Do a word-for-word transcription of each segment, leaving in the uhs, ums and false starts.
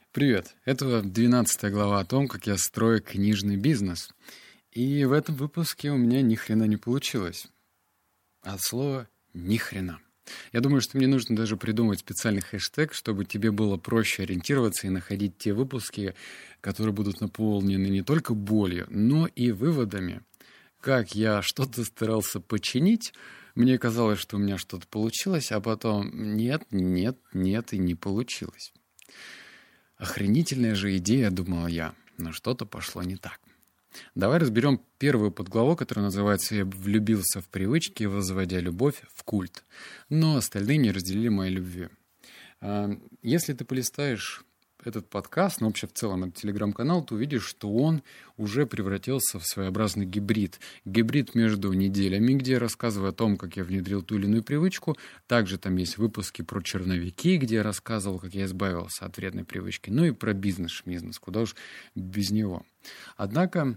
Привет! Это двенадцатая глава о том, как я строю книжный бизнес. И в этом выпуске у меня ни хрена не получилось. От слова ни хрена. Я думаю, что мне нужно даже придумать специальный хэштег, чтобы тебе было проще ориентироваться и находить те выпуски, которые будут наполнены не только болью, но и выводами. Как я что-то старался починить, мне казалось, что у меня что-то получилось, а потом нет, нет, нет и не получилось. Охренительная же идея, думал я, но что-то пошло не так. Давай разберем первую подглаву, которая называется «Я влюбился в привычки, возводя любовь в культ». Но остальные не разделили моей любви. Если ты полистаешь этот подкаст, ну вообще в целом этот телеграм-канал, ты увидишь, что он уже превратился в своеобразный гибрид. Гибрид между неделями, где я рассказываю о том, как я внедрил ту или иную привычку. Также там есть выпуски про черновики, где я рассказывал, как я избавился от вредной привычки. Ну и про бизнес-шмизнес, куда уж без него. Однако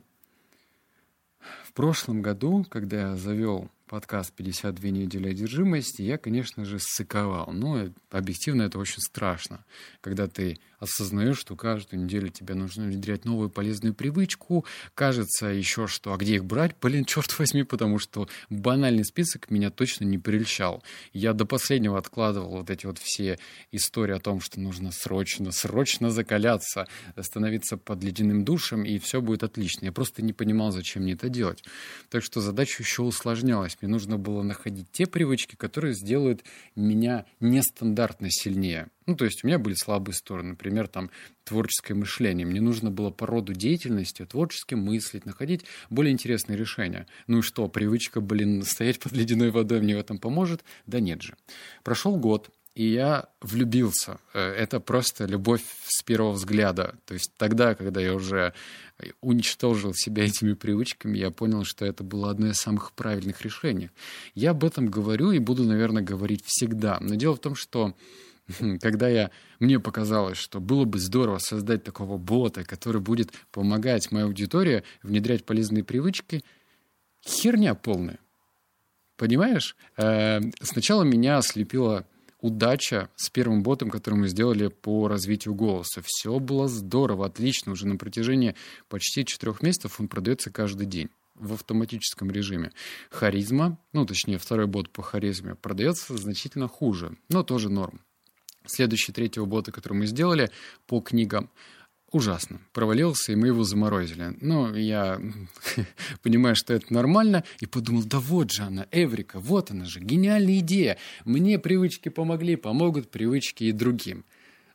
в прошлом году, когда я завел подкаст «пятьдесят две недели одержимости», я, конечно же, ссыковал. Но объективно это очень страшно, когда ты осознаешь, что каждую неделю тебе нужно внедрять новую полезную привычку. Кажется еще, что а где их брать? Блин, черт возьми, потому что банальный список меня точно не прельщал. Я до последнего откладывал вот эти вот все истории о том, что нужно срочно, срочно закаляться, становиться под ледяным душем, и все будет отлично. Я просто не понимал, зачем мне это делать. Так что задача еще усложнялась. Мне нужно было находить те привычки, которые сделают меня нестандартно сильнее. Ну, то есть у меня были слабые стороны, например, там творческое мышление. Мне нужно было по роду деятельности творчески мыслить, находить более интересные решения. Ну и что, привычка, блин, стоять под ледяной водой мне в этом поможет? Да нет же. Прошел год, и я влюбился. Это просто любовь с первого взгляда. То есть тогда, когда я уже уничтожил себя этими привычками, я понял, что это было одно из самых правильных решений. Я об этом говорю и буду, наверное, говорить всегда. Но дело в том, что когда я, мне показалось, что было бы здорово создать такого бота, который будет помогать моей аудитории внедрять полезные привычки, херня полная. Понимаешь? Сначала меня ослепила удача с первым ботом, который мы сделали по развитию голоса. Все было здорово, отлично. Уже на протяжении почти четырех месяцев он продается каждый день в автоматическом режиме. Харизма, ну, точнее, второй бот по харизме, продается значительно хуже, но тоже норм. Следующий, третьего бота, который мы сделали по книгам, ужасно. Провалился, и мы его заморозили. Но я понимаю, что это нормально, и подумал, да вот же она, Эврика, вот она же, гениальная идея. Мне привычки помогли, помогут привычки и другим.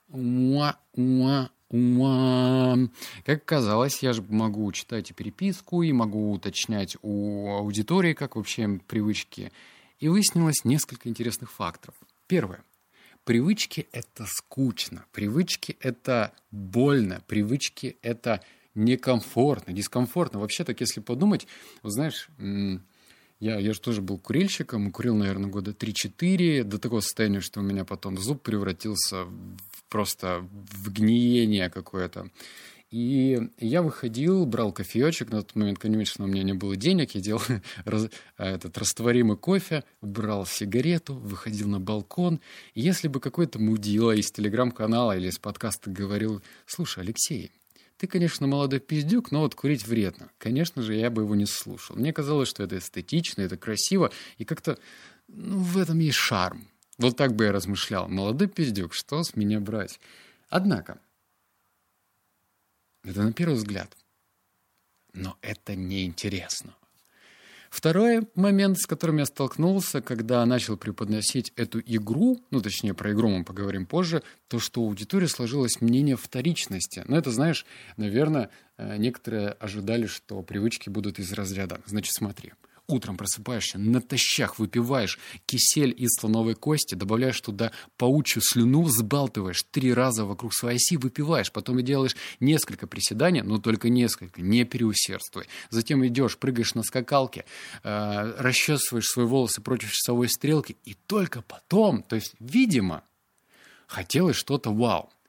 Уа, уа, уа. Как оказалось, я же могу читать и переписку, и могу уточнять у аудитории, как вообще привычки. И выяснилось несколько интересных факторов. Первое. Привычки — это скучно, привычки — это больно, привычки — это некомфортно, дискомфортно. Вообще так, если подумать, вот знаешь, я, я же тоже был курильщиком, курил, наверное, года три-четыре, до такого состояния, что у меня потом зуб превратился в, просто в гниение какое-то. И я выходил, брал кофеечек, на тот момент, конечно, у меня не было денег, я делал раз, этот растворимый кофе, брал сигарету, выходил на балкон. И если бы какой-то мудила из телеграм-канала или из подкаста говорил: слушай, Алексей, ты, конечно, молодой пиздюк, но вот курить вредно. Конечно же, я бы его не слушал. Мне казалось, что это эстетично, это красиво, и как-то ну, в этом есть шарм. Вот так бы я размышлял. Молодой пиздюк, что с меня брать? Однако, это на первый взгляд. Но это неинтересно. Второй момент, с которым я столкнулся, когда начал преподносить эту игру, ну, точнее, про игру мы поговорим позже, то, что у аудитории сложилось мнение вторичности. Но это, знаешь, наверное, некоторые ожидали, что привычки будут из разряда. Значит, смотри. Утром просыпаешься, натощак выпиваешь кисель из слоновой кости, добавляешь туда паучью слюну, взбалтываешь три раза вокруг своей оси, выпиваешь, потом и делаешь несколько приседаний, но только несколько, не переусердствуй. Затем идешь, прыгаешь на скакалке, э, расчесываешь свои волосы против часовой стрелки, и только потом, то есть, видимо, хотелось что-то вау.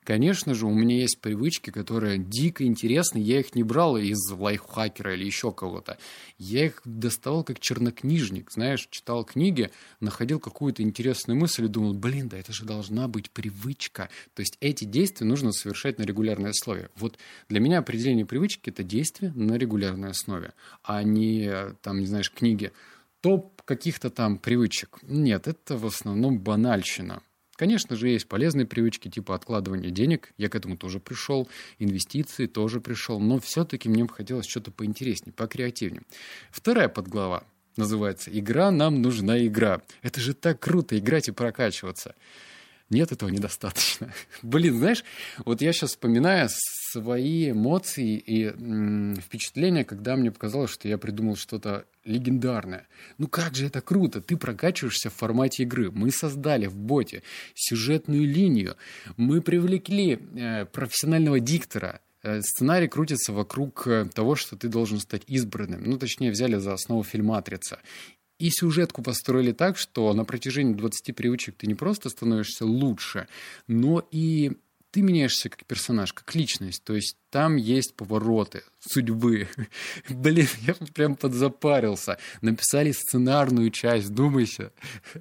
Конечно же, у меня есть привычки, которые дико интересны. Я их не брал из лайфхакера или еще кого-то. Я их доставал как чернокнижник. Знаешь, читал книги, находил какую-то интересную мысль и думал, блин, да это же должна быть привычка. То есть эти действия нужно совершать на регулярной основе. Вот для меня определение привычки – это действие на регулярной основе, а не, там, не знаешь, книги. Топ каких-то там привычек. Нет, это в основном банальщина. Конечно же, есть полезные привычки типа откладывания денег. Я к этому тоже пришел. Инвестиции тоже пришел. Но все-таки мне бы хотелось что-то поинтереснее, покреативнее. Вторая подглава называется «Игра, нам нужна игра». Это же так круто играть и прокачиваться. Нет, этого недостаточно. Блин, знаешь, вот я сейчас вспоминаю свои эмоции и м, впечатления, когда мне показалось, что я придумал что-то легендарное. Ну как же это круто! Ты прокачиваешься в формате игры. Мы создали в боте сюжетную линию. Мы привлекли э, профессионального диктора. Э, сценарий крутится вокруг э, того, что ты должен стать избранным. Ну, точнее, взяли за основу фильм «Матрица». И сюжетку построили так, что на протяжении двадцати привычек ты не просто становишься лучше, но и ты меняешься как персонаж, как личность. То есть там есть повороты судьбы. Блин, я прям подзапарился. Написали сценарную часть, думайся.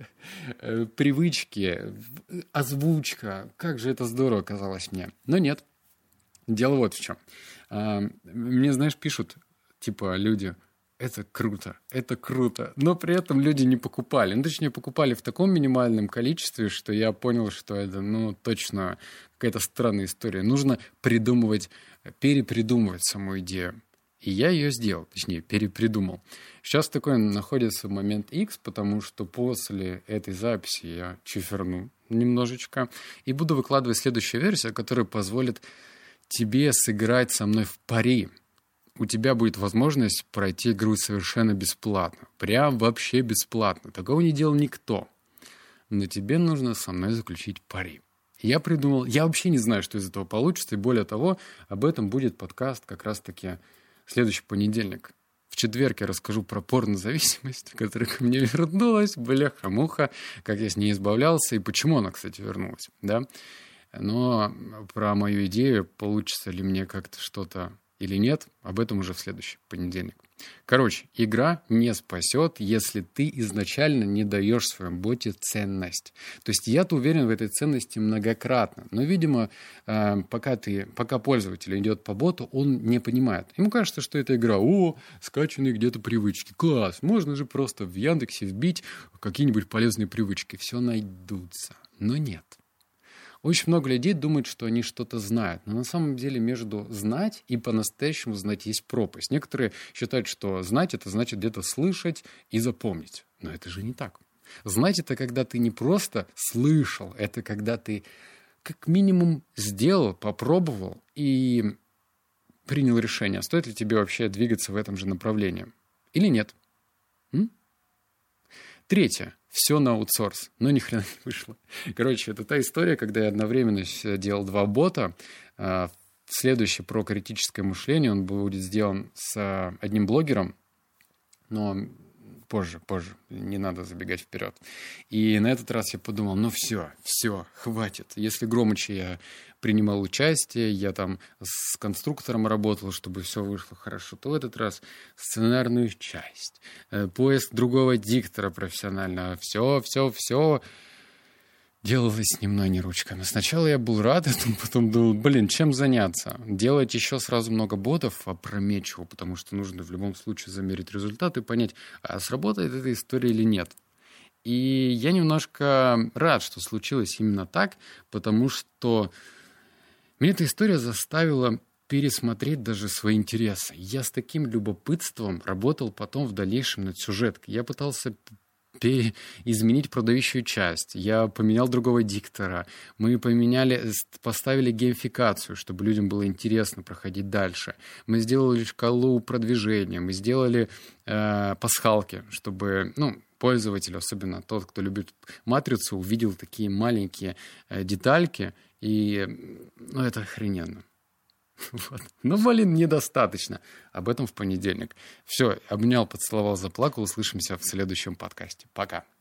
Привычки, озвучка. Как же это здорово казалось мне. Но нет. Дело вот в чем. Мне, знаешь, пишут, типа, люди... Это круто, это круто. Но при этом люди не покупали. Ну, точнее, покупали в таком минимальном количестве, что я понял, что это, ну, точно какая-то странная история. Нужно придумывать, перепридумывать саму идею. И я ее сделал, точнее, перепридумал. Сейчас такой находится момент X, потому что после этой записи я чиферну немножечко и буду выкладывать следующую версию, которая позволит тебе сыграть со мной в пари. У тебя будет возможность пройти игру совершенно бесплатно. Прям вообще бесплатно. Такого не делал никто. Но тебе нужно со мной заключить пари. Я придумал... Я вообще не знаю, что из этого получится. И более того, об этом будет подкаст как раз-таки в следующий понедельник. В четверг я расскажу про порнозависимость, которая ко мне вернулась. Бляха-муха. Как я с ней избавлялся. И почему она, кстати, вернулась. Да? Но про мою идею, получится ли мне как-то что-то... или нет, об этом уже в следующий понедельник. Короче, игра не спасет, если ты изначально не даешь в своем боте ценность. То есть я-то уверен в этой ценности многократно. Но, видимо, пока, ты, пока пользователь идет по боту, он не понимает. Ему кажется, что это игра, о, скачанные где-то привычки. Класс, можно же просто в Яндексе вбить какие-нибудь полезные привычки. Все найдутся. Но нет. Очень много людей думают, что они что-то знают. Но на самом деле между знать и по-настоящему знать есть пропасть. Некоторые считают, что знать — это значит где-то слышать и запомнить. Но это же не так. Знать — это когда ты не просто слышал, это когда ты как минимум сделал, попробовал и принял решение, стоит ли тебе вообще двигаться в этом же направлении. Или нет. М? Третье. Все на аутсорс. Но ни хрена не вышло. Короче, это та история, когда я одновременно делал два бота. Следующий про критическое мышление. Он будет сделан с одним блогером. Но позже, позже. Не надо забегать вперед. И на этот раз я подумал, ну все, все, хватит. Если Громыча я принимал участие, я там с конструктором работал, чтобы все вышло хорошо, то в этот раз сценарную часть, поиск другого диктора профессионального, все, все, все делалось ни мной, ни ручками. Сначала я был рад этому, потом думал, блин, чем заняться? Делать еще сразу много ботов опрометчиво, потому что нужно в любом случае замерить результат и понять, а сработает эта история или нет. И я немножко рад, что случилось именно так, потому что меня эта история заставила пересмотреть даже свои интересы. Я с таким любопытством работал потом в дальнейшем над сюжеткой. Я пытался изменить продающую часть. Я поменял другого диктора. Мы поменяли, поставили геймификацию, чтобы людям было интересно проходить дальше. Мы сделали шкалу продвижения. Мы сделали э, пасхалки, чтобы... ну, пользователь, особенно тот, кто любит матрицу, увидел такие маленькие э, детальки, и ну, это охрененно. Вот. Но, блин, недостаточно. Об этом в понедельник. Все, обнял, поцеловал, заплакал. Услышимся в следующем подкасте. Пока.